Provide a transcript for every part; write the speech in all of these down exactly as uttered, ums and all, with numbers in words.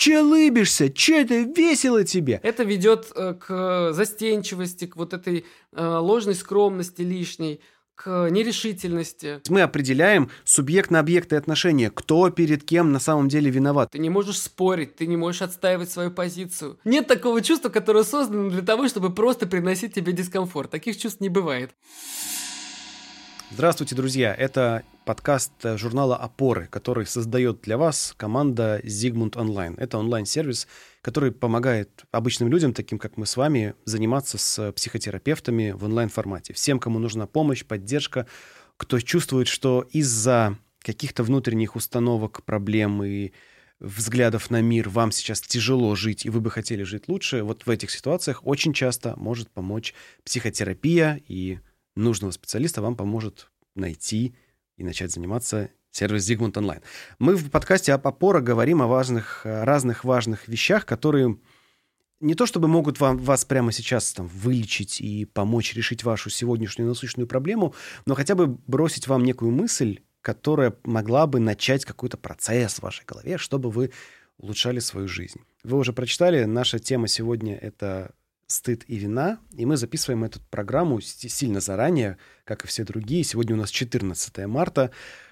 Че лыбишься? Че это весело тебе? Это ведет э, к застенчивости, к вот этой э, ложной скромности лишней, к нерешительности. Мы определяем субъектно-объектные отношения. Кто перед кем на самом деле виноват. Ты не можешь спорить, ты не можешь отстаивать свою позицию. Нет такого чувства, которое создано для того, чтобы просто приносить тебе дискомфорт. Таких чувств не бывает. Здравствуйте, друзья! Это подкаст журнала «Опоры», который создает для вас команда Zigmund Online. Это онлайн-сервис, который помогает обычным людям, таким как мы с вами, заниматься с психотерапевтами в онлайн-формате. Всем, кому нужна помощь, поддержка, кто чувствует, что из-за каких-то внутренних установок, проблем и взглядов на мир вам сейчас тяжело жить, и вы бы хотели жить лучше, вот в этих ситуациях очень часто может помочь психотерапия, и нужного специалиста вам поможет найти и начать заниматься сервис Zigmund Online. Мы в подкасте «Опора» говорим о важных, разных важных вещах, которые не то чтобы могут вам, вас прямо сейчас там, вылечить и помочь решить вашу сегодняшнюю насущную проблему, но хотя бы бросить вам некую мысль, которая могла бы начать какой-то процесс в вашей голове, чтобы вы улучшали свою жизнь. Вы уже прочитали, наша тема сегодня — это стыд и вина, и мы записываем эту программу сильно заранее, как и все другие. Сегодня у нас четырнадцатое марта,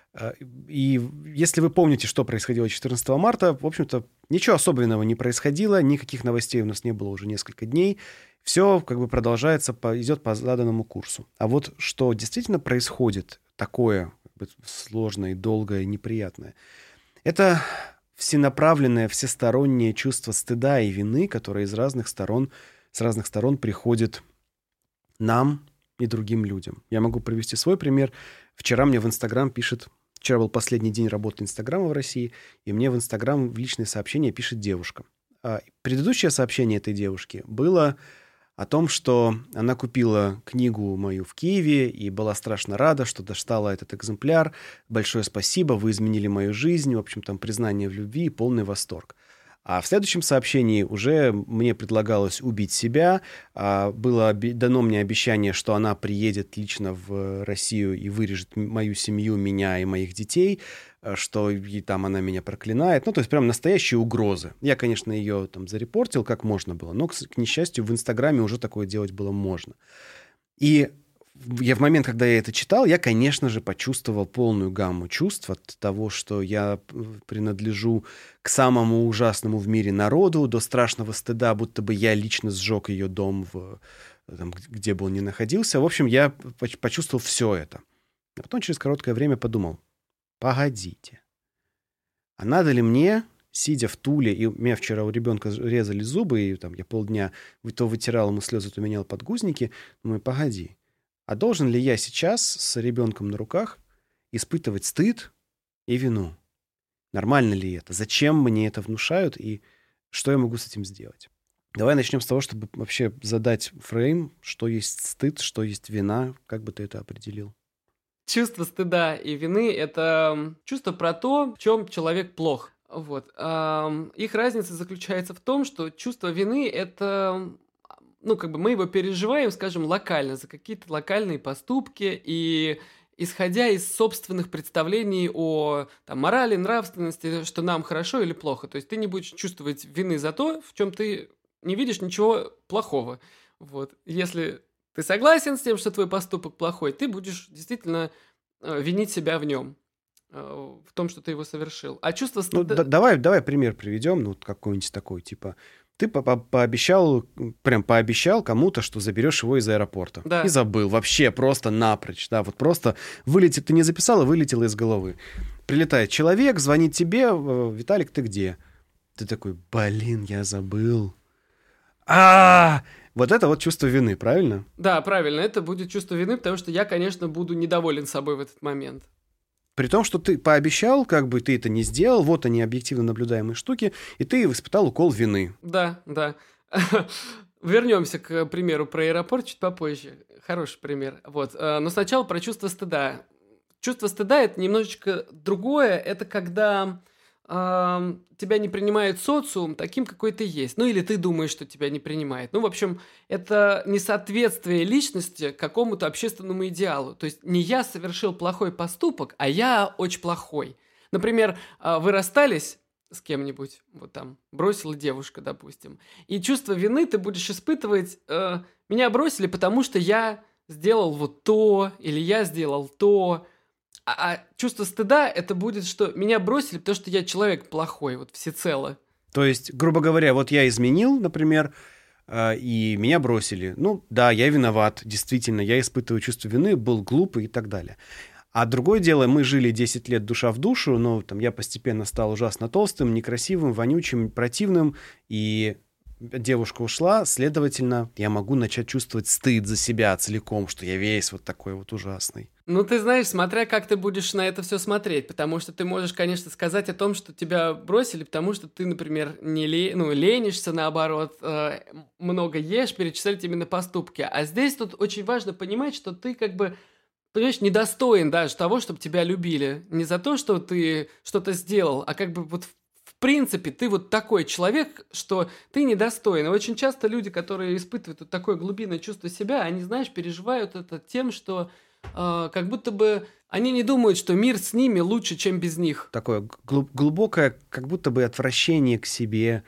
и если вы помните, что происходило четырнадцатого марта, в общем-то, ничего особенного не происходило, никаких новостей у нас не было уже несколько дней, все как бы продолжается, идет по заданному курсу. А вот что действительно происходит такое как бы сложное, долгое, неприятное, это всенаправленное, всестороннее чувство стыда и вины, которое из разных сторон с разных сторон приходит нам и другим людям. Я могу привести свой пример. Вчера мне в Инстаграм пишет... Вчера был последний день работы Инстаграма в России, и мне в Инстаграм в личные сообщения пишет девушка. А предыдущее сообщение этой девушки было о том, что она купила книгу мою в Киеве и была страшно рада, что достала этот экземпляр. Большое спасибо, вы изменили мою жизнь. В общем, там признание в любви и полный восторг. А в следующем сообщении уже мне предлагалось убить себя. Было дано мне обещание, что она приедет лично в Россию и вырежет мою семью, меня и моих детей, что и там она меня проклинает. Ну, то есть прям настоящие угрозы. Я, конечно, ее там зарепортил, как можно было, но, к несчастью, в Инстаграме уже такое делать было можно. И я в момент, когда я это читал, я, конечно же, почувствовал полную гамму чувств от того, что я принадлежу к самому ужасному в мире народу, до страшного стыда, будто бы я лично сжег ее дом, в, там, где бы он ни находился. В общем, я почувствовал все это. А потом через короткое время подумал, погодите, а надо ли мне, сидя в Туле, и у меня вчера у ребенка резали зубы, и там, я полдня то вытирал ему слезы, то менял подгузники, думаю, погоди. А должен ли я сейчас с ребенком на руках испытывать стыд и вину? Нормально ли это? Зачем мне это внушают? И что я могу с этим сделать? Давай начнем с того, чтобы вообще задать фрейм, что есть стыд, что есть вина. Как бы ты это определил? Чувство стыда и вины – это чувство про то, в чем человек плох. Вот. Их разница заключается в том, что чувство вины – это... Ну, как бы мы его переживаем, скажем, локально, за какие-то локальные поступки, и исходя из собственных представлений о там, морали, нравственности, что нам хорошо или плохо. То есть ты не будешь чувствовать вины за то, в чем ты не видишь ничего плохого. Вот. Если ты согласен с тем, что твой поступок плохой, ты будешь действительно э, винить себя в нем, э, в том, что ты его совершил. А чувство стыда... Ну, да, давай, давай пример приведем, ну, какой-нибудь такой, типа... Ты по -по пообещал, прям пообещал кому-то, что заберешь его из аэропорта. Да. И забыл. Вообще просто напрочь. Да, вот просто вылетит, ты не записал, а вылетело из головы. Прилетает человек, звонит тебе, Виталик, ты где? Ты такой, блин, я забыл. А, вот это вот чувство вины, правильно? Да, правильно. Это будет чувство вины, потому что я, конечно, буду недоволен собой в этот момент. При том, что ты пообещал, как бы ты это не сделал, вот они, объективно наблюдаемые штуки, и ты испытал укол вины. Да, да. Вернемся к примеру про аэропорт чуть попозже. Хороший пример. Вот. Но сначала про чувство стыда. Чувство стыда – это немножечко другое. Это когда э, тебя не принимает социум таким, какой ты есть. Ну, или ты думаешь, что тебя не принимает. Ну, в общем, это несоответствие личности какому-то общественному идеалу. То есть не я совершил плохой поступок, а я очень плохой. Например, вы расстались, с кем-нибудь, вот там, бросила девушка, допустим, и чувство вины ты будешь испытывать, э, меня бросили, потому что я сделал вот то, или я сделал то, а, а чувство стыда это будет, что меня бросили, потому что я человек плохой, вот всецело. То есть, грубо говоря, вот я изменил, например, э, и меня бросили. Ну, да, я виноват, действительно, я испытываю чувство вины, был глупый и так далее. А другое дело, мы жили десять лет душа в душу, но там я постепенно стал ужасно толстым, некрасивым, вонючим, противным, и девушка ушла, следовательно, я могу начать чувствовать стыд за себя целиком, что я весь вот такой вот ужасный. Ну, ты знаешь, смотря как ты будешь на это все смотреть, потому что ты можешь, конечно, сказать о том, что тебя бросили, потому что ты, например, не ле... ну, ленишься, наоборот, э, много ешь, перечислять именно поступки. А здесь тут очень важно понимать, что ты как бы, понимаешь, недостоин даже того, чтобы тебя любили. Не за то, что ты что-то сделал, а как бы вот в принципе ты вот такой человек, что ты недостоин. И очень часто люди, которые испытывают вот такое глубинное чувство себя, они, знаешь, переживают это тем, что э, как будто бы они не думают, что мир с ними лучше, чем без них. Такое глуб- глубокое, как будто бы отвращение к себе.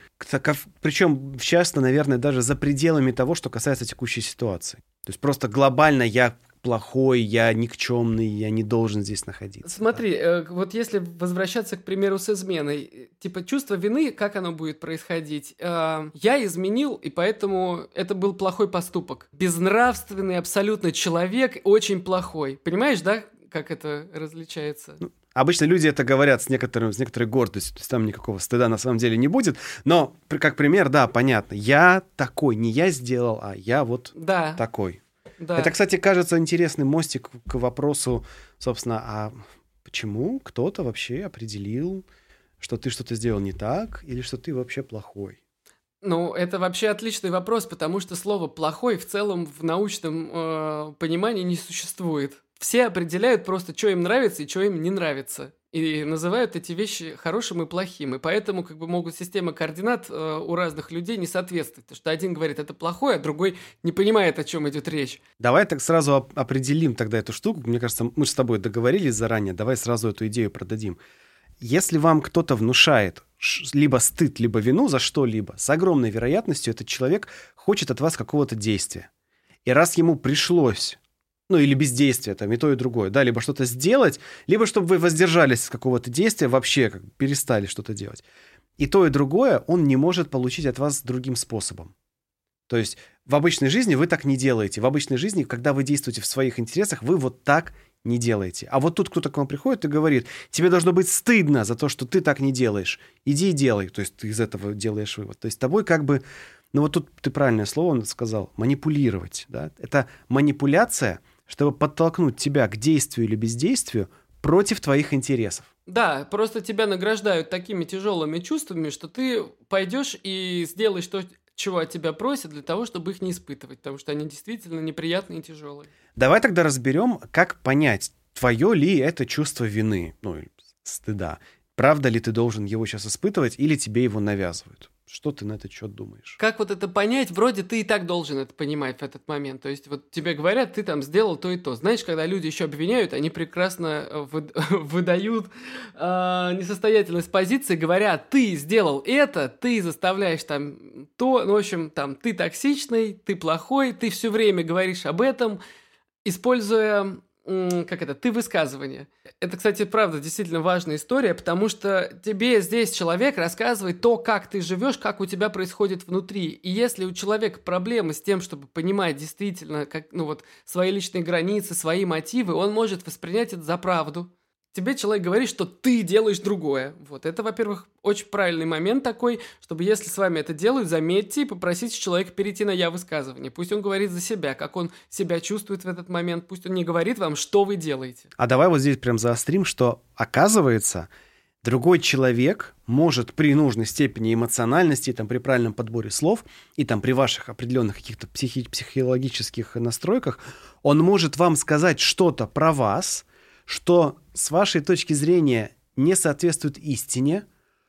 Причем, часто, наверное, даже за пределами того, что касается текущей ситуации. То есть просто глобально я плохой, я никчемный, я не должен здесь находиться. Смотри, э, вот если возвращаться, к примеру, с изменой, типа чувство вины, как оно будет происходить? Э, я изменил, и поэтому это был плохой поступок. Безнравственный абсолютно человек, очень плохой. Понимаешь, да, как это различается? Ну, обычно люди это говорят с, некоторым, с некоторой гордостью, то есть там никакого стыда на самом деле не будет, но как пример, да, понятно, я такой, не я сделал, а я вот да. такой. Да. Это, кстати, кажется интересный мостик к вопросу, собственно, а почему кто-то вообще определил, что ты что-то сделал не так или что ты вообще плохой? Ну, это вообще отличный вопрос, потому что слово «плохой» в целом в научном э, понимании не существует. Все определяют просто, что им нравится и что им не нравится. И называют эти вещи хорошим и плохим. И поэтому как бы могут системы координат э, у разных людей не соответствовать. Потому что один говорит, это плохое, а другой не понимает, о чем идет речь. Давай так сразу оп- определим тогда эту штуку. Мне кажется, мы же с тобой договорились заранее. Давай сразу эту идею продадим. Если вам кто-то внушает либо стыд, либо вину за что-либо, с огромной вероятностью этот человек хочет от вас какого-то действия. И раз ему пришлось... ну, или бездействие, там, и то, и другое, да, либо что-то сделать, либо чтобы вы воздержались от какого-то действия, вообще как бы перестали что-то делать. И то, и другое он не может получить от вас другим способом. То есть в обычной жизни вы так не делаете. В обычной жизни, когда вы действуете в своих интересах, вы вот так не делаете. А вот тут кто-то к вам приходит и говорит, тебе должно быть стыдно за то, что ты так не делаешь. Иди и делай. То есть ты из этого делаешь вывод. То есть тобой как бы, ну вот тут ты правильное слово сказал, манипулировать. Да? Это манипуляция, чтобы подтолкнуть тебя к действию или бездействию против твоих интересов. Да, просто тебя награждают такими тяжелыми чувствами, что ты пойдешь и сделаешь то, чего от тебя просят, для того, чтобы их не испытывать, потому что они действительно неприятные и тяжелые. Давай тогда разберем, как понять, твое ли это чувство вины, ну, стыда. Правда ли ты должен его сейчас испытывать, или тебе его навязывают? Что ты на этот счет думаешь? Как вот это понять? Вроде ты и так должен это понимать в этот момент. То есть вот тебе говорят, ты там сделал то и то. Знаешь, когда люди еще обвиняют, они прекрасно вы, выдают э, несостоятельность позиции, говоря, ты сделал это, ты заставляешь там то, ну, в общем, там, ты токсичный, ты плохой, ты все время говоришь об этом, используя... как это, ты высказывание. Это, кстати, правда, действительно важная история, потому что тебе здесь человек рассказывает то, как ты живешь, как у тебя происходит внутри. И если у человека проблемы с тем, чтобы понимать действительно как, ну, вот, свои личные границы, свои мотивы, он может воспринять это за правду. Тебе человек говорит, что ты делаешь другое. Вот это, во-первых, очень правильный момент такой, чтобы если с вами это делают, заметьте и попросите человека перейти на «я» высказывание. Пусть он говорит за себя, как он себя чувствует в этот момент. Пусть он не говорит вам, что вы делаете. А давай вот здесь прям заострим, что, оказывается, другой человек может при нужной степени эмоциональности, там, при правильном подборе слов и там, при ваших определенных каких-то психи- психологических настройках, он может вам сказать что-то про вас, что с вашей точки зрения не соответствует истине,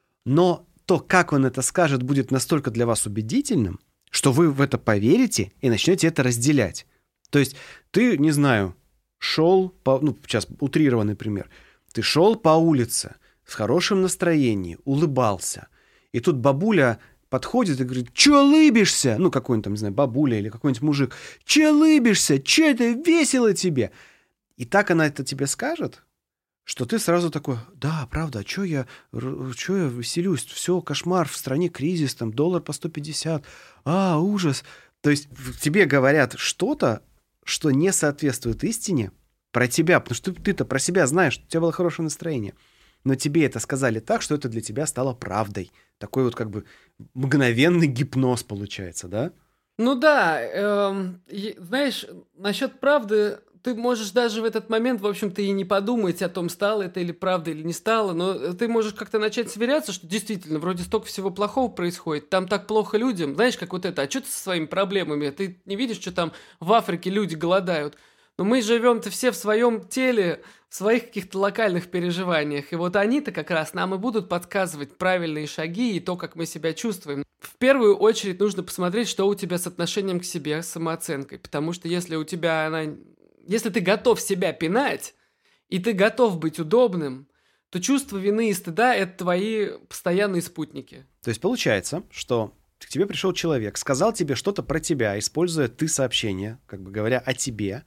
но то, как он это скажет, будет настолько для вас убедительным, что вы в это поверите и начнете это разделять. То есть ты, не знаю, шел по... Ну, сейчас утрированный пример. Ты шел по улице, в хорошем настроении, улыбался. И тут бабуля подходит и говорит: «Чё лыбишься?» Ну, какой-нибудь там, не знаю, бабуля или какой-нибудь мужик. «Чё лыбишься? Чё это весело тебе?» И так она это тебе скажет, что ты сразу такой: да, правда, а чё я, р- чё я веселюсь? Все, кошмар, в стране кризис, там доллар по сто пятьдесят. А, ужас. То есть в- тебе говорят что-то, что не соответствует истине про тебя, потому что ты- ты-то про себя знаешь, что у тебя было хорошее настроение. Но тебе это сказали так, что это для тебя стало правдой. Такой вот как бы мгновенный гипноз получается, да? Ну да, эм, и знаешь, насчет правды, ты можешь даже в этот момент, в общем-то, и не подумать о том, стало это или правда, или не стало, но ты можешь как-то начать сверяться, что действительно, вроде столько всего плохого происходит, там так плохо людям, знаешь, как вот это, а что ты со своими проблемами, ты не видишь, что там в Африке люди голодают? Но мы живем-то все в своем теле, в своих каких-то локальных переживаниях, и вот они-то как раз нам и будут подсказывать правильные шаги и то, как мы себя чувствуем. В первую очередь нужно посмотреть, что у тебя с отношением к себе, с самооценкой, потому что если у тебя она... Если ты готов себя пинать, и ты готов быть удобным, то чувство вины и стыда – это твои постоянные спутники. То есть получается, что к тебе пришел человек, сказал тебе что-то про тебя, используя ты сообщение, как бы говоря о тебе.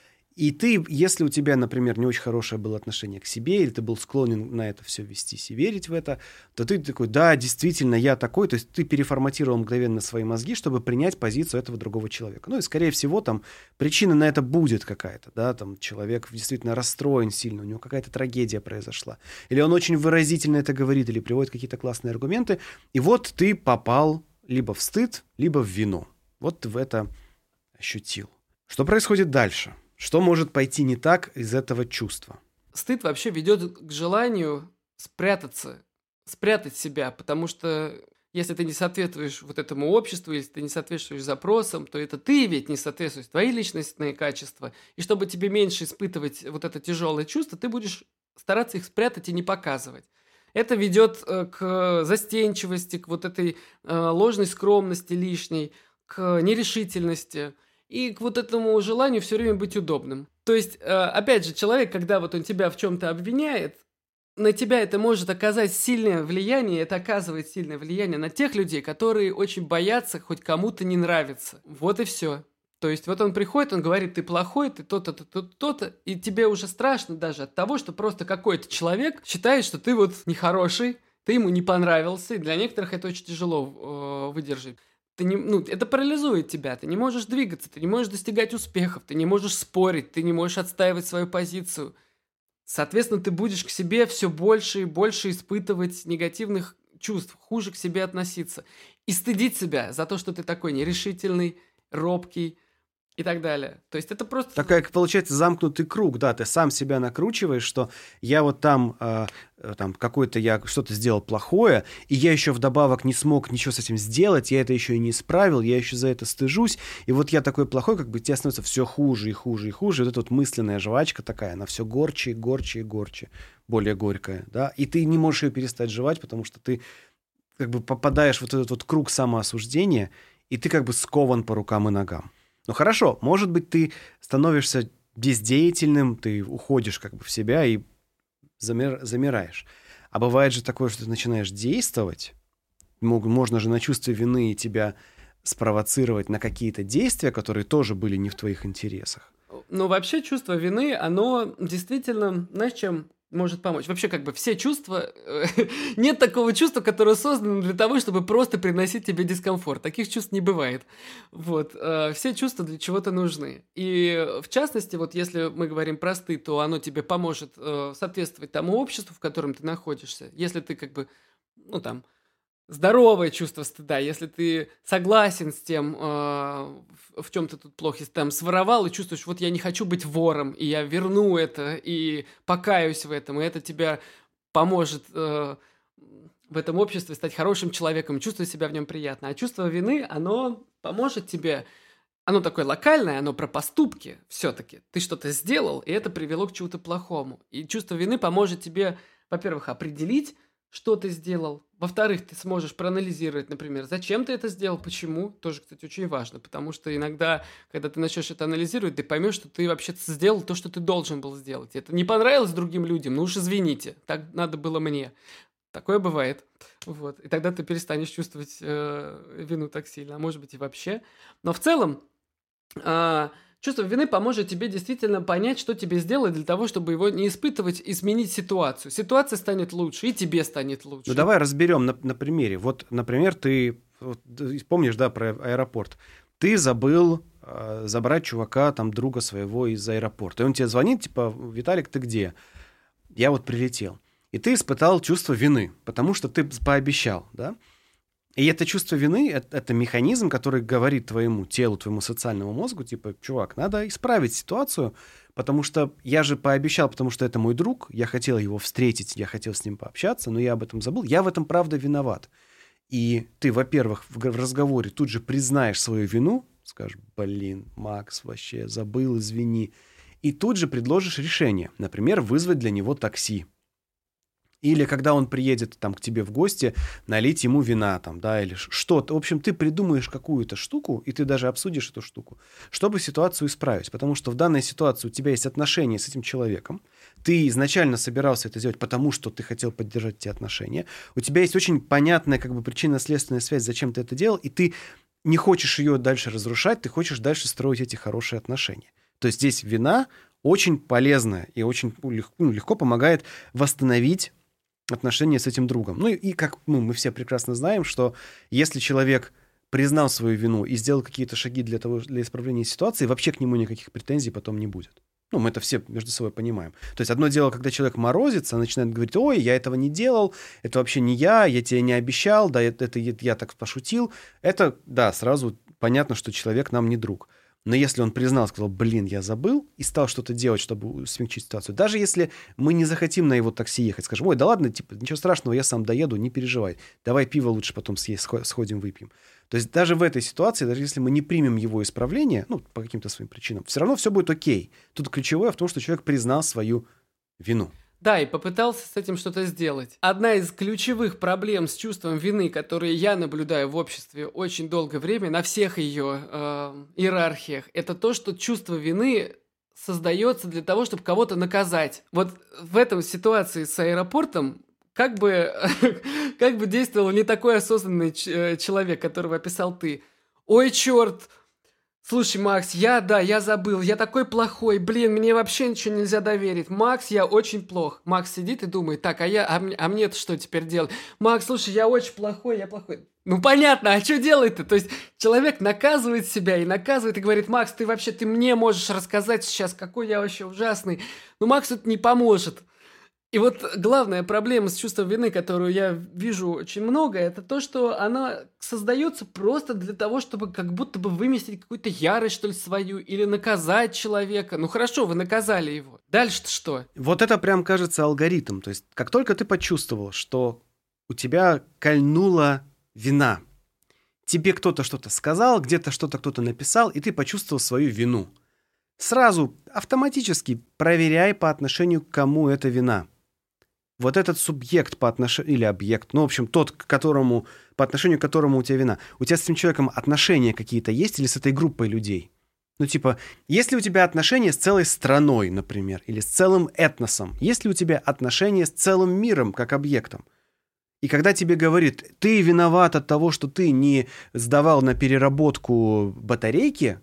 И ты, если у тебя, например, не очень хорошее было отношение к себе, или ты был склонен на это все вестись и верить в это, то ты такой: да, действительно, я такой. То есть ты переформатировал мгновенно свои мозги, чтобы принять позицию этого другого человека. Ну и, скорее всего, там причина на это будет какая-то, да, там человек действительно расстроен сильно, у него какая-то трагедия произошла. Или он очень выразительно это говорит, или приводит какие-то классные аргументы. И вот ты попал либо в стыд, либо в вину. Вот ты в это ощутил. Что происходит дальше? Что может пойти не так из этого чувства? Стыд вообще ведет к желанию спрятаться, спрятать себя, потому что если ты не соответствуешь вот этому обществу, если ты не соответствуешь запросам, то это ты ведь не соответствуешь, твои личностные качества. И чтобы тебе меньше испытывать вот это тяжелое чувство, ты будешь стараться их спрятать и не показывать. Это ведет э, к застенчивости, к вот этой э, ложной скромности лишней, к нерешительности и к вот этому желанию все время быть удобным. То есть, э, опять же, человек, когда вот он тебя в чем-то обвиняет, на тебя это может оказать сильное влияние, это оказывает сильное влияние на тех людей, которые очень боятся хоть кому-то не нравиться. Вот и все. То есть вот он приходит, он говорит: ты плохой, ты то-то, то-то, то-то, и тебе уже страшно даже от того, что просто какой-то человек считает, что ты вот нехороший, ты ему не понравился, и для некоторых это очень тяжело э, выдержать. Ты не, ну, это парализует тебя, ты не можешь двигаться, ты не можешь достигать успехов, ты не можешь спорить, ты не можешь отстаивать свою позицию. Соответственно, ты будешь к себе все больше и больше испытывать негативных чувств, хуже к себе относиться. И стыдить себя за то, что ты такой нерешительный, робкий и так далее. То есть это просто... Такая, получается, замкнутый круг, да, ты сам себя накручиваешь, что я вот там, э, там какой-то я что-то сделал плохое, и я еще вдобавок не смог ничего с этим сделать, я это еще и не исправил, я еще за это стыжусь, и вот я такой плохой, как бы тебе становится все хуже и хуже и хуже, и вот эта вот мысленная жвачка такая, она все горче и горче и горче, более горькая, да, и ты не можешь ее перестать жевать, потому что ты как бы попадаешь в вот этот вот круг самоосуждения, и ты как бы скован по рукам и ногам. Ну хорошо, может быть, ты становишься бездеятельным, ты уходишь как бы в себя и замир, замираешь. А бывает же такое, что ты начинаешь действовать, можно же на чувство вины тебя спровоцировать на какие-то действия, которые тоже были не в твоих интересах. Ну, вообще, чувство вины, оно действительно, знаешь, чем может помочь? Вообще, как бы все чувства... Нет такого чувства, которое создано для того, чтобы просто приносить тебе дискомфорт. Таких чувств не бывает. Вот. Все чувства для чего-то нужны. И, в частности, вот если мы говорим про стыд, то оно тебе поможет соответствовать тому обществу, в котором ты находишься. Если ты, как бы, ну, там... здоровое чувство стыда, если ты согласен с тем, э, в, в чем ты тут плохо, если ты там своровал и чувствуешь, вот я не хочу быть вором, и я верну это, и покаюсь в этом, и это тебя поможет э, в этом обществе стать хорошим человеком, чувствовать себя в нем приятно. А чувство вины, оно поможет тебе, оно такое локальное, оно про поступки все-таки. Ты что-то сделал, и это привело к чему-то плохому. И чувство вины поможет тебе, во-первых, определить, что ты сделал. Во-вторых, ты сможешь проанализировать, например, зачем ты это сделал, почему. Тоже, кстати, очень важно, потому что иногда, когда ты начнешь это анализировать, ты поймешь, что ты вообще сделал то, что ты должен был сделать. Это не понравилось другим людям, ну уж извините, так надо было мне. Такое бывает. Вот. И тогда ты перестанешь чувствовать э, вину так сильно, а может быть и вообще. Но в целом, э, чувство вины поможет тебе действительно понять, что тебе сделать для того, чтобы его не испытывать, изменить ситуацию. Ситуация станет лучше, и тебе станет лучше. Ну, давай разберем на, на примере. Вот, например, ты, вот, помнишь, да, про аэропорт. Ты забыл э, забрать чувака, там, друга своего из аэропорта. И он тебе звонит, типа, Виталик, ты где? Я вот прилетел. И ты испытал чувство вины, потому что ты пообещал, да? И это чувство вины это, – это механизм, который говорит твоему телу, твоему социальному мозгу, типа, чувак, надо исправить ситуацию, потому что я же пообещал, потому что это мой друг, я хотел его встретить, я хотел с ним пообщаться, но я об этом забыл, я в этом правда виноват. И ты, во-первых, в разговоре тут же признаешь свою вину, скажешь, блин, Макс, вообще забыл, извини, и тут же предложишь решение, например, вызвать для него такси. Или когда он приедет там, к тебе в гости, налить ему вина, там, да, или что-то. В общем, ты придумаешь какую-то штуку, и ты даже обсудишь эту штуку, чтобы ситуацию исправить. Потому что в данной ситуации у тебя есть отношения с этим человеком. Ты изначально собирался это сделать, потому что ты хотел поддержать эти отношения. У тебя есть очень понятная как бы причинно-следственная связь, зачем ты это делал, и ты не хочешь ее дальше разрушать, ты хочешь дальше строить эти хорошие отношения. То есть здесь вина очень полезная и очень легко, ну, легко помогает восстановить отношения с этим другом. Ну и, и как ну, мы все прекрасно знаем, что если человек признал свою вину и сделал какие-то шаги для того, для исправления ситуации, вообще к нему никаких претензий потом не будет. Ну, мы это все между собой понимаем. То есть одно дело, когда человек морозится, начинает говорить, ой, я этого не делал, это вообще не я, я тебе не обещал, да, это, это я так пошутил. Это, да, сразу понятно, что человек нам не друг. Но если он признал, сказал, блин, я забыл, и стал что-то делать, чтобы смягчить ситуацию, даже если мы не захотим на его такси ехать, скажем, ой, да ладно, типа, ничего страшного, я сам доеду, не переживай, давай пиво лучше потом съесть, сходим, выпьем. То есть даже в этой ситуации, даже если мы не примем его исправление, ну, по каким-то своим причинам, все равно все будет окей. Тут ключевое в том, что человек признал свою вину. Да, и попытался с этим что-то сделать. Одна из ключевых проблем с чувством вины, которые я наблюдаю в обществе очень долгое время, на всех ее э, иерархиях, это то, что чувство вины создается для того, чтобы кого-то наказать. Вот в этом ситуации с аэропортом как бы, как бы действовал не такой осознанный ч- человек, которого описал ты. Ой, черт! Слушай, Макс, я, да, я забыл, я такой плохой, блин, мне вообще ничего нельзя доверить. Макс, я очень плох. Макс сидит и думает, так, а я, а, мне, а мне-то что теперь делать? Макс, слушай, я очень плохой, я плохой. Ну, понятно, а что делать-то? То есть человек наказывает себя и наказывает, и говорит, Макс, ты вообще, ты мне можешь рассказать сейчас, какой я вообще ужасный. Но Максу это не поможет. И вот главная проблема с чувством вины, которую я вижу очень много, это то, что она создается просто для того, чтобы как будто бы выместить какую-то ярость, что ли, свою, или наказать человека. Ну хорошо, вы наказали его. Дальше-то что? Вот это прям кажется алгоритм. То есть как только ты почувствовал, что у тебя кольнула вина, тебе кто-то что-то сказал, где-то что-то кто-то написал, и ты почувствовал свою вину. Сразу автоматически проверяй, по отношению к кому эта вина. Вот этот субъект по отношению, или объект, ну, в общем, тот, к которому, по отношению к которому у тебя вина. У тебя с этим человеком отношения какие-то есть или с этой группой людей? Ну, типа, есть ли у тебя отношения с целой страной, например, или с целым этносом? Есть ли у тебя отношения с целым миром, как объектом? И когда тебе говорит, ты виноват от того, что ты не сдавал на переработку батарейки,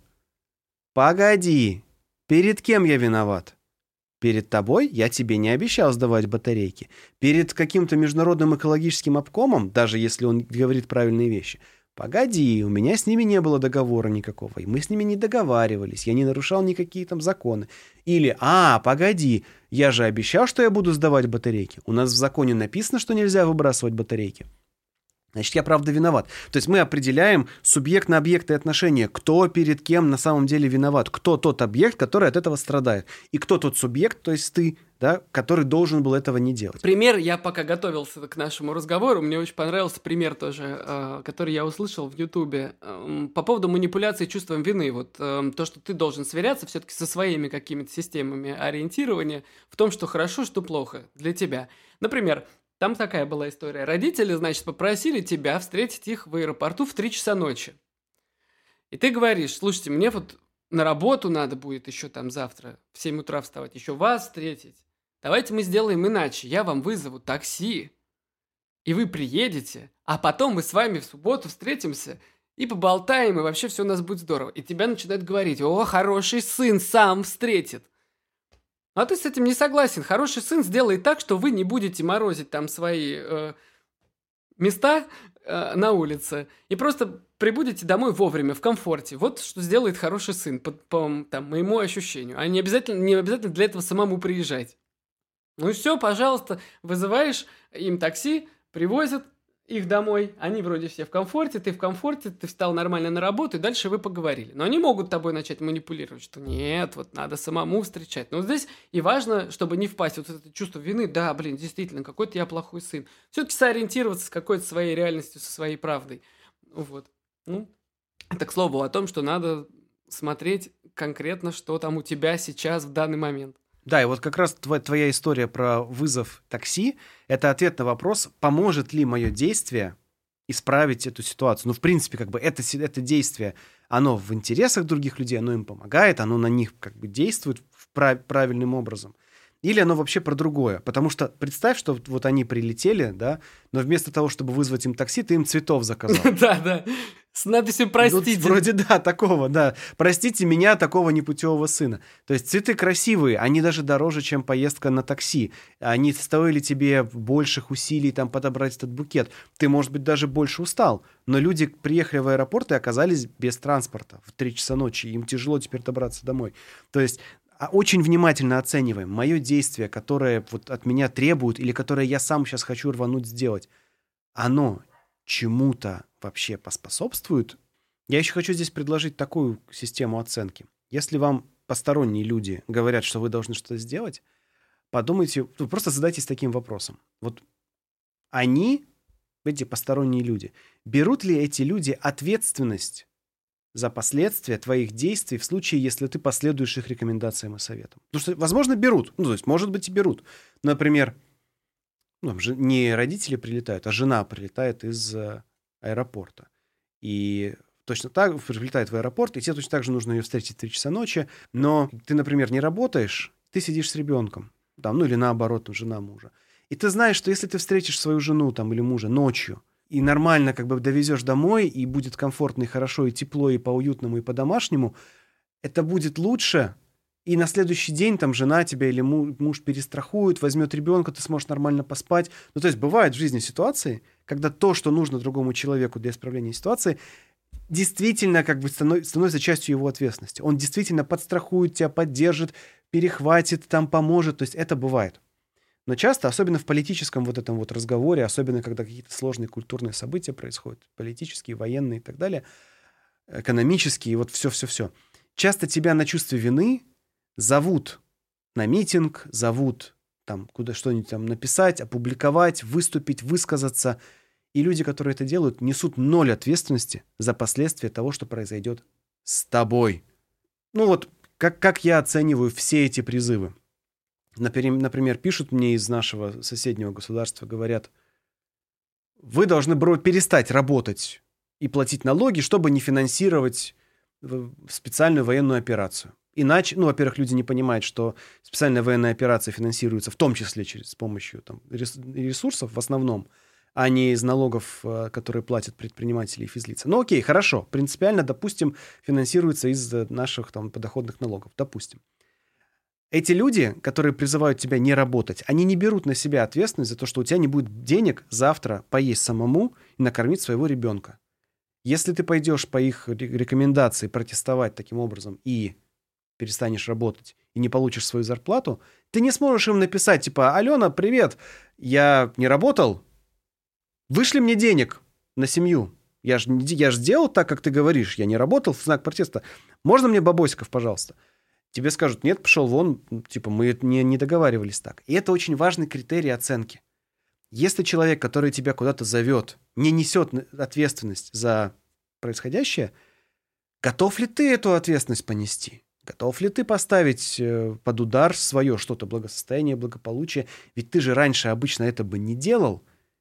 погоди, перед кем я виноват? Перед тобой я тебе не обещал сдавать батарейки. Перед каким-то международным экологическим обкомом, даже если он говорит правильные вещи, погоди, у меня с ними не было договора никакого, и мы с ними не договаривались, я не нарушал никакие там законы. Или, а, погоди, я же обещал, что я буду сдавать батарейки. У нас в законе написано, что нельзя выбрасывать батарейки. Значит, я правда виноват. То есть мы определяем субъектно-объектные отношения, кто перед кем на самом деле виноват, кто тот объект, который от этого страдает, и кто тот субъект, то есть ты, да, который должен был этого не делать. Пример, я пока готовился к нашему разговору, мне очень понравился пример тоже, который я услышал в Ютубе по поводу манипуляции чувством вины. Вот то, что ты должен сверяться все-таки со своими какими-то системами ориентирования в том, что хорошо, что плохо для тебя. Например, Там такая была история. Родители, значит, попросили тебя встретить их в аэропорту в три часа ночи. И ты говоришь: слушайте, мне вот на работу надо будет еще там завтра в семь утра вставать, еще вас встретить. Давайте мы сделаем иначе. Я вам вызову такси, и вы приедете, а потом мы с вами в субботу встретимся и поболтаем, и вообще все у нас будет здорово. И тебя начинают говорить: о, хороший сын сам встретит. А ты с этим не согласен. Хороший сын сделает так, что вы не будете морозить там свои э, места э, на улице, и просто прибудете домой вовремя, в комфорте. Вот что сделает хороший сын, по, по там, моему ощущению. А не обязательно, не обязательно для этого самому приезжать. Ну и все, пожалуйста, вызываешь им такси, привозят их домой, они вроде все в комфорте, ты в комфорте, ты встал нормально на работу, и дальше вы поговорили. Но они могут тобой начать манипулировать, что нет, вот надо самому встречать. Но вот здесь и важно, чтобы не впасть вот в это чувство вины, да, блин, действительно, какой-то я плохой сын. Все-таки сориентироваться с какой-то своей реальностью, со своей правдой. Вот. Ну, это к слову о том, что надо смотреть конкретно, что там у тебя сейчас в данный момент. Да, и вот как раз твоя, твоя история про вызов такси — это ответ на вопрос, поможет ли мое действие исправить эту ситуацию. Ну, в принципе, как бы это, это действие, оно в интересах других людей, оно им помогает, оно на них как бы действует прав, правильным образом. Или оно вообще про другое. Потому что представь, что вот они прилетели, да, но вместо того, чтобы вызвать им такси, ты им цветов заказал. Да, да. С надписью «Простите». Вроде да, такого, да. Простите меня, такого непутевого сына. То есть цветы красивые, они даже дороже, чем поездка на такси. Они стоили тебе больших усилий там подобрать этот букет. Ты, может быть, даже больше устал. Но люди приехали в аэропорт и оказались без транспорта в три часа ночи. Им тяжело теперь добраться домой. То есть очень внимательно оцениваем мое действие, которое вот от меня требуют или которое я сам сейчас хочу рвануть сделать. Оно чему-то вообще поспособствует? Я еще хочу здесь предложить такую систему оценки. Если вам посторонние люди говорят, что вы должны что-то сделать, подумайте, ну, просто задайтесь таким вопросом. Вот они, эти посторонние люди, берут ли эти люди ответственность за последствия твоих действий в случае, если ты последуешь их рекомендациям и советам? Потому что, возможно, берут. Ну, то есть, может быть, и берут. Например, ну, не родители прилетают, а жена прилетает из аэропорта. И точно так прилетает в аэропорт, и тебе точно так же нужно ее встретить в три часа ночи. Но ты, например, не работаешь, ты сидишь с ребенком. Там, ну, или наоборот, там, жена мужа. И ты знаешь, что если ты встретишь свою жену там, или мужа ночью, и нормально как бы довезешь домой, и будет комфортно, и хорошо, и тепло, и по-уютному, и по-домашнему, это будет лучше. И на следующий день там жена тебя или муж перестрахует, возьмет ребенка, ты сможешь нормально поспать. Ну, то есть бывают в жизни ситуации, когда то, что нужно другому человеку для исправления ситуации, действительно как бы становится частью его ответственности. Он действительно подстрахует тебя, поддержит, перехватит, там поможет. То есть это бывает. Но часто, особенно в политическом вот этом вот разговоре, особенно когда какие-то сложные культурные события происходят, политические, военные и так далее, экономические, вот все-все-все, часто тебя на чувстве вины зовут на митинг, зовут там куда что-нибудь там написать, опубликовать, выступить, высказаться. И люди, которые это делают, несут ноль ответственности за последствия того, что произойдет с тобой. Ну вот, как, как я оцениваю все эти призывы? Например, пишут мне из нашего соседнего государства, говорят, вы должны перестать работать и платить налоги, чтобы не финансировать специальную военную операцию. Иначе, ну, во-первых, люди не понимают, что специальная военная операция финансируется в том числе через, с помощью там, ресурсов в основном, а не из налогов, которые платят предприниматели и физлица. Ну, окей, хорошо, принципиально, допустим, финансируется из наших там подоходных налогов, допустим. Эти люди, которые призывают тебя не работать, они не берут на себя ответственность за то, что у тебя не будет денег завтра поесть самому и накормить своего ребенка. Если ты пойдешь по их рекомендации протестовать таким образом и перестанешь работать, и не получишь свою зарплату, ты не сможешь им написать, типа, Алена, привет, я не работал, вышли мне денег на семью. Я же я ж делал так, как ты говоришь, я не работал в знак протеста. Можно мне бабосиков, пожалуйста? Тебе скажут, нет, пошел вон, типа, мы не, не договаривались так. И это очень важный критерий оценки. Если человек, который тебя куда-то зовет, не несет ответственность за происходящее, готов ли ты эту ответственность понести? Готов ли ты поставить под удар свое что-то, благосостояние, благополучие? Ведь ты же раньше обычно это бы не делал.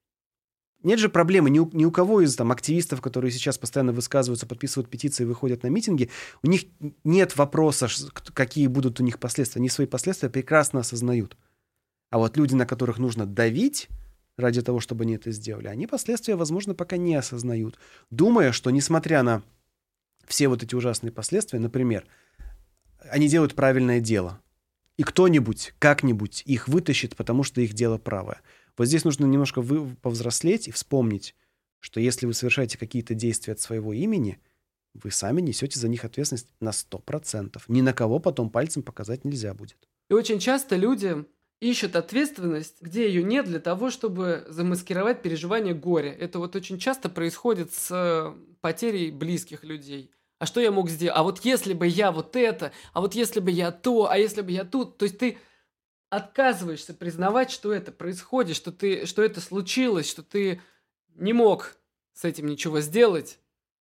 Нет же проблемы ни у, ни у кого из там, активистов, которые сейчас постоянно высказываются, подписывают петиции, выходят на митинги, у них нет вопроса, какие будут у них последствия. Они свои последствия прекрасно осознают. А вот люди, на которых нужно давить ради того, чтобы они это сделали, они последствия, возможно, пока не осознают. Думая, что несмотря на все вот эти ужасные последствия, например, они делают правильное дело. И кто-нибудь, как-нибудь их вытащит, потому что их дело правое. Вот здесь нужно немножко вы, повзрослеть и вспомнить, что если вы совершаете какие-то действия от своего имени, вы сами несете за них ответственность на сто процентов. Ни на кого потом пальцем показать нельзя будет. И очень часто люди ищут ответственность, где ее нет, для того, чтобы замаскировать переживание горя. Это вот очень часто происходит с потерей близких людей. А что я мог сделать? А вот если бы я вот это, а вот если бы я то, а если бы я тут. То есть ты отказываешься признавать, что это происходит, что, ты, что это случилось, что ты не мог с этим ничего сделать.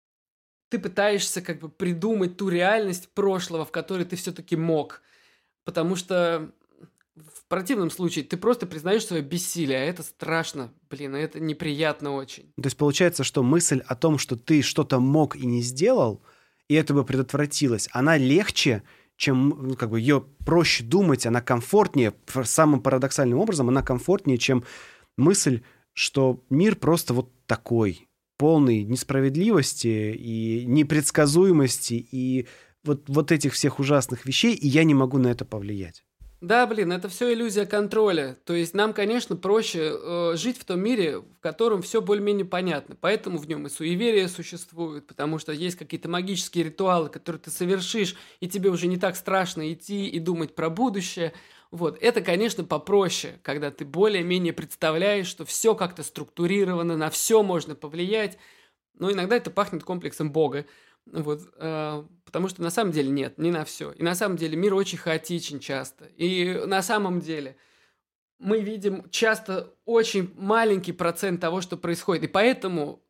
Ты пытаешься как бы придумать ту реальность прошлого, в которой ты все-таки мог. Потому что в противном случае ты просто признаешь свое бессилие, а это страшно, блин, это неприятно очень. То есть получается, что мысль о том, что ты что-то мог и не сделал, и это бы предотвратилось, она легче, чем, ну, как бы ее проще думать, она комфортнее, самым парадоксальным образом, она комфортнее, чем мысль, что мир просто вот такой, полный несправедливости и непредсказуемости и вот, вот этих всех ужасных вещей, и я не могу на это повлиять. Да, блин, это все иллюзия контроля. То есть нам, конечно, проще э, жить в том мире, в котором все более-менее понятно. Поэтому в нем и суеверия существуют, потому что есть какие-то магические ритуалы, которые ты совершишь, и тебе уже не так страшно идти и думать про будущее. Вот. Это, конечно, попроще, когда ты более-менее представляешь, что все как-то структурировано, на все можно повлиять. Но иногда это пахнет комплексом Бога. Вот, э, потому что на самом деле нет, не на все. И на самом деле мир очень хаотичен часто. И на самом деле мы видим часто очень маленький процент того, что происходит. И поэтому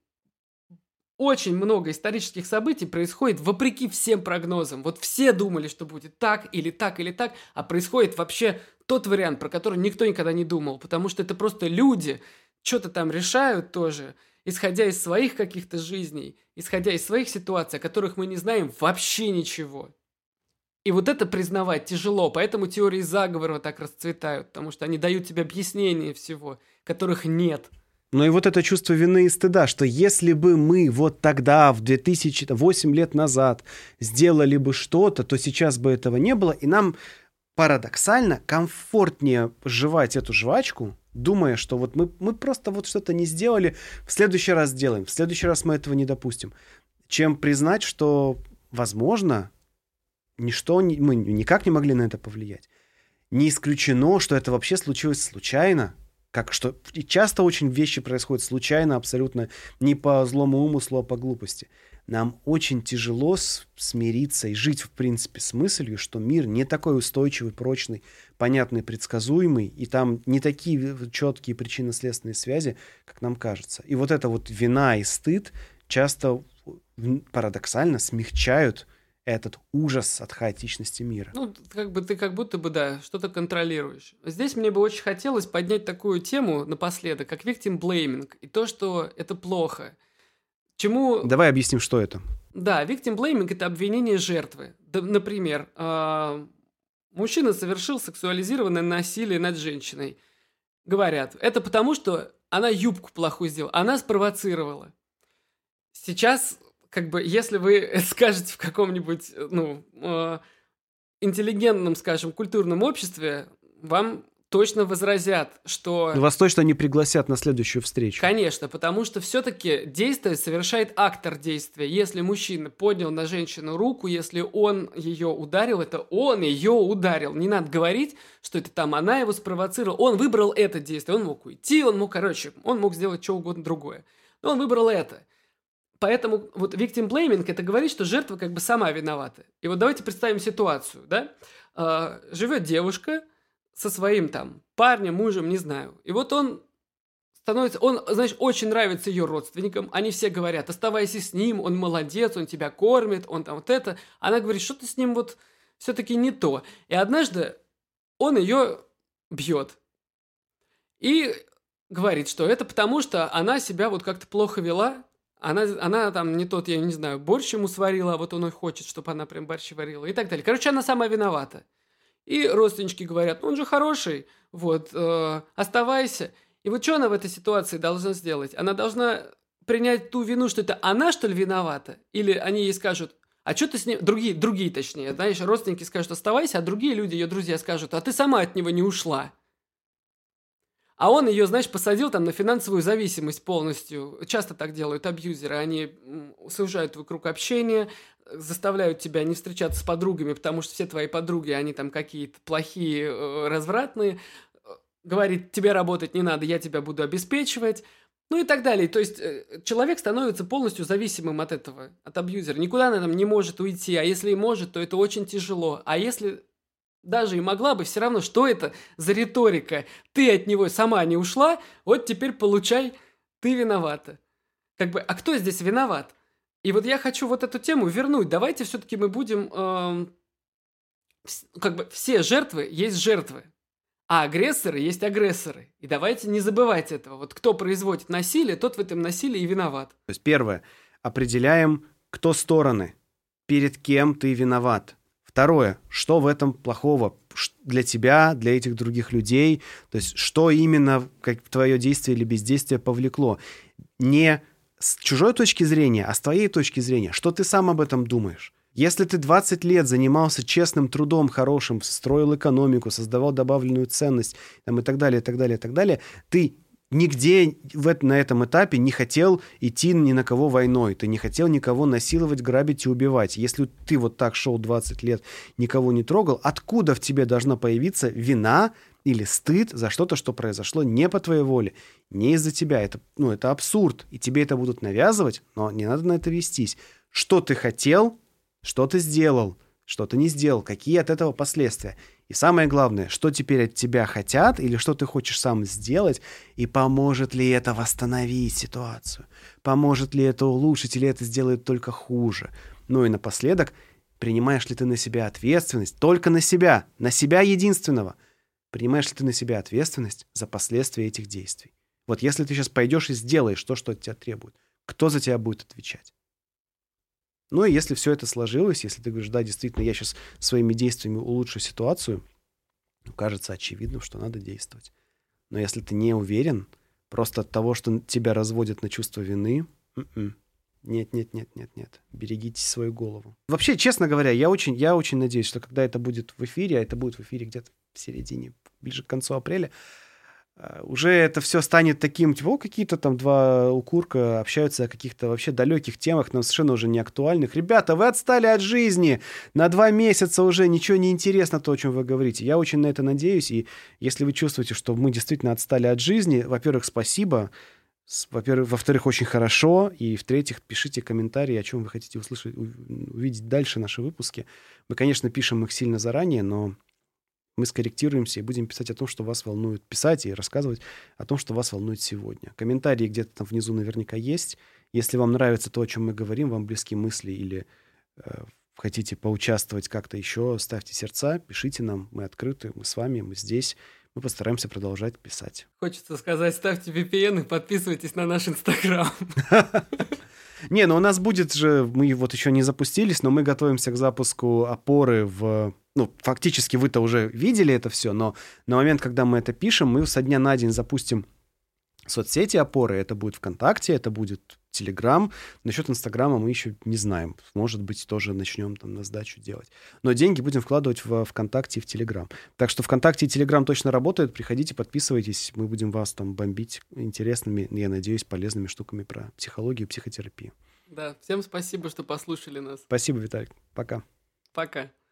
очень много исторических событий происходит вопреки всем прогнозам. Вот все думали, что будет так или так или так, а происходит вообще тот вариант, про который никто никогда не думал. Потому что это просто люди что-то там решают тоже, исходя из своих каких-то жизней, исходя из своих ситуаций, о которых мы не знаем вообще ничего. И вот это признавать тяжело, поэтому теории заговора так расцветают, потому что они дают тебе объяснения всего, которых нет. Но и вот это чувство вины и стыда, что если бы мы вот тогда, в две тысячи восемь лет назад, сделали бы что-то, то сейчас бы этого не было, и нам парадоксально комфортнее жевать эту жвачку, думая, что вот мы, мы просто вот что-то не сделали, в следующий раз сделаем, в следующий раз мы этого не допустим, чем признать, что, возможно, ничто, мы никак не могли на это повлиять. Не исключено, что это вообще случилось случайно, как что часто очень вещи происходят случайно, абсолютно не по злому умыслу, а по глупости. Нам очень тяжело смириться и жить, в принципе, с мыслью, что мир не такой устойчивый, прочный, понятный, предсказуемый, и там не такие четкие причинно-следственные связи, как нам кажется. И вот эта вот вина и стыд часто парадоксально смягчают этот ужас от хаотичности мира. Ну, как бы ты как будто бы, да, что-то контролируешь. Здесь мне бы очень хотелось поднять такую тему напоследок, как victim blaming, и то, что это плохо. Чему... Давай объясним, что это. Да, victim blaming – это обвинение жертвы. Да, например, э, мужчина совершил сексуализированное насилие над женщиной. Говорят, это потому, что она юбку плохую сделала, она спровоцировала. Сейчас, как бы, если вы скажете в каком-нибудь, ну, э, интеллигентном, скажем, культурном обществе, вам точно возразят, что... Вас точно не пригласят на следующую встречу. Конечно, потому что все-таки действие совершает актор действия. Если мужчина поднял на женщину руку, если он ее ударил, это он ее ударил. Не надо говорить, что это там она его спровоцировала. Он выбрал это действие. Он мог уйти, он мог, короче, он мог сделать что угодно другое. Но он выбрал это. Поэтому вот victim blaming – это говорит, что жертва как бы сама виновата. И вот давайте представим ситуацию, да? А, живет девушка со своим там парнем, мужем, не знаю. И вот он становится, он, знаешь, очень нравится ее родственникам. Они все говорят, оставайся с ним, он молодец, он тебя кормит, он там вот это. Она говорит, что ты с ним вот все-таки не то. И однажды он ее бьет. И говорит, что это потому, что она себя вот как-то плохо вела. Она, она там не тот, я не знаю, борщ ему сварила, а вот он и хочет, чтобы она прям борщ варила и так далее. Короче, она сама виновата. И родственнички говорят, ну он же хороший, вот, э, оставайся. И вот что она в этой ситуации должна сделать? Она должна принять ту вину, что это она, что ли, виновата? Или они ей скажут, а что ты с ним... Другие, другие, точнее, знаешь, родственники скажут, оставайся, а другие люди, ее друзья, скажут, а ты сама от него не ушла. А он ее, знаешь, посадил там на финансовую зависимость полностью. Часто так делают абьюзеры. Они сужают твой круг общения, заставляют тебя не встречаться с подругами, потому что все твои подруги, они там какие-то плохие, развратные. Говорит, тебе работать не надо, я тебя буду обеспечивать. Ну и так далее. То есть человек становится полностью зависимым от этого, от абьюзера. Никуда она там не может уйти. А если и может, то это очень тяжело. А если... Даже и могла бы, все равно, что это за риторика? Ты от него сама не ушла, вот теперь получай, ты виновата. Как бы, а кто здесь виноват? И вот я хочу вот эту тему вернуть. Давайте все-таки мы будем... Э, как бы все жертвы есть жертвы, а агрессоры есть агрессоры. И давайте не забывать этого. Вот кто производит насилие, тот в этом насилии и виноват. То есть первое. Определяем, кто стороны, перед кем ты виноват. Второе, что в этом плохого для тебя, для этих других людей, то есть что именно как твое действие или бездействие повлекло. Не с чужой точки зрения, а с твоей точки зрения, что ты сам об этом думаешь. Если ты двадцать лет занимался честным трудом, хорошим, строил экономику, создавал добавленную ценность там, и так далее, и так далее, и так далее, ты нигде в, на этом этапе не хотел идти ни на кого войной, ты не хотел никого насиловать, грабить и убивать. Если ты вот так шел двадцать лет, никого не трогал, откуда в тебе должна появиться вина или стыд за что-то, что произошло не по твоей воле, не из-за тебя? Это, ну, это абсурд, и тебе это будут навязывать, но не надо на это вестись. Что ты хотел, что ты сделал, что ты не сделал, какие от этого последствия. И самое главное, что теперь от тебя хотят или что ты хочешь сам сделать, и поможет ли это восстановить ситуацию, поможет ли это улучшить, или это сделает только хуже. Ну и напоследок, принимаешь ли ты на себя ответственность, только на себя, на себя единственного, принимаешь ли ты на себя ответственность за последствия этих действий. Вот если ты сейчас пойдешь и сделаешь то, что от тебя требует, кто за тебя будет отвечать? Ну и если все это сложилось, если ты говоришь, да, действительно, я сейчас своими действиями улучшу ситуацию, кажется очевидным, что надо действовать. Но если ты не уверен, просто от того, что тебя разводят на чувство вины, нет, нет, нет, нет, нет, берегите свою голову. Вообще, честно говоря, я очень, я очень надеюсь, что когда это будет в эфире, а это будет в эфире где-то в середине, ближе к концу апреля, уже это все станет таким, типа, о, какие-то там два укурка общаются о каких-то вообще далеких темах, нам совершенно уже не актуальных. Ребята, вы отстали от жизни, на два месяца уже ничего не интересно то, о чем вы говорите. Я очень на это надеюсь, и если вы чувствуете, что мы действительно отстали от жизни, во-первых, спасибо, во-первых, во-вторых, очень хорошо, и в-третьих, пишите комментарии, о чем вы хотите услышать, увидеть дальше наши выпуски. Мы, конечно, пишем их сильно заранее, но мы скорректируемся и будем писать о том, что вас волнует, писать и рассказывать о том, что вас волнует сегодня. Комментарии где-то там внизу наверняка есть. Если вам нравится то, о чем мы говорим, вам близки мысли или э, хотите поучаствовать как-то еще, ставьте сердца, пишите нам, мы открыты, мы с вами, мы здесь. Мы постараемся продолжать писать. Хочется сказать, ставьте ви пи эн и подписывайтесь на наш Инстаграм. Не, ну у нас будет же, мы вот еще не запустились, но мы готовимся к запуску опоры в... Ну, фактически вы-то уже видели это все, но на момент, когда мы это пишем, мы со дня на день запустим соцсети опоры. Это будет ВКонтакте, это будет Телеграм. Насчет Инстаграма мы еще не знаем. Может быть, тоже начнем там на сдачу делать. Но деньги будем вкладывать в ВКонтакте и в Телеграм. Так что ВКонтакте и Телеграм точно работают. Приходите, подписывайтесь. Мы будем вас там бомбить интересными, я надеюсь, полезными штуками про психологию и психотерапию. Да, всем спасибо, что послушали нас. Спасибо, Виталик. Пока. Пока.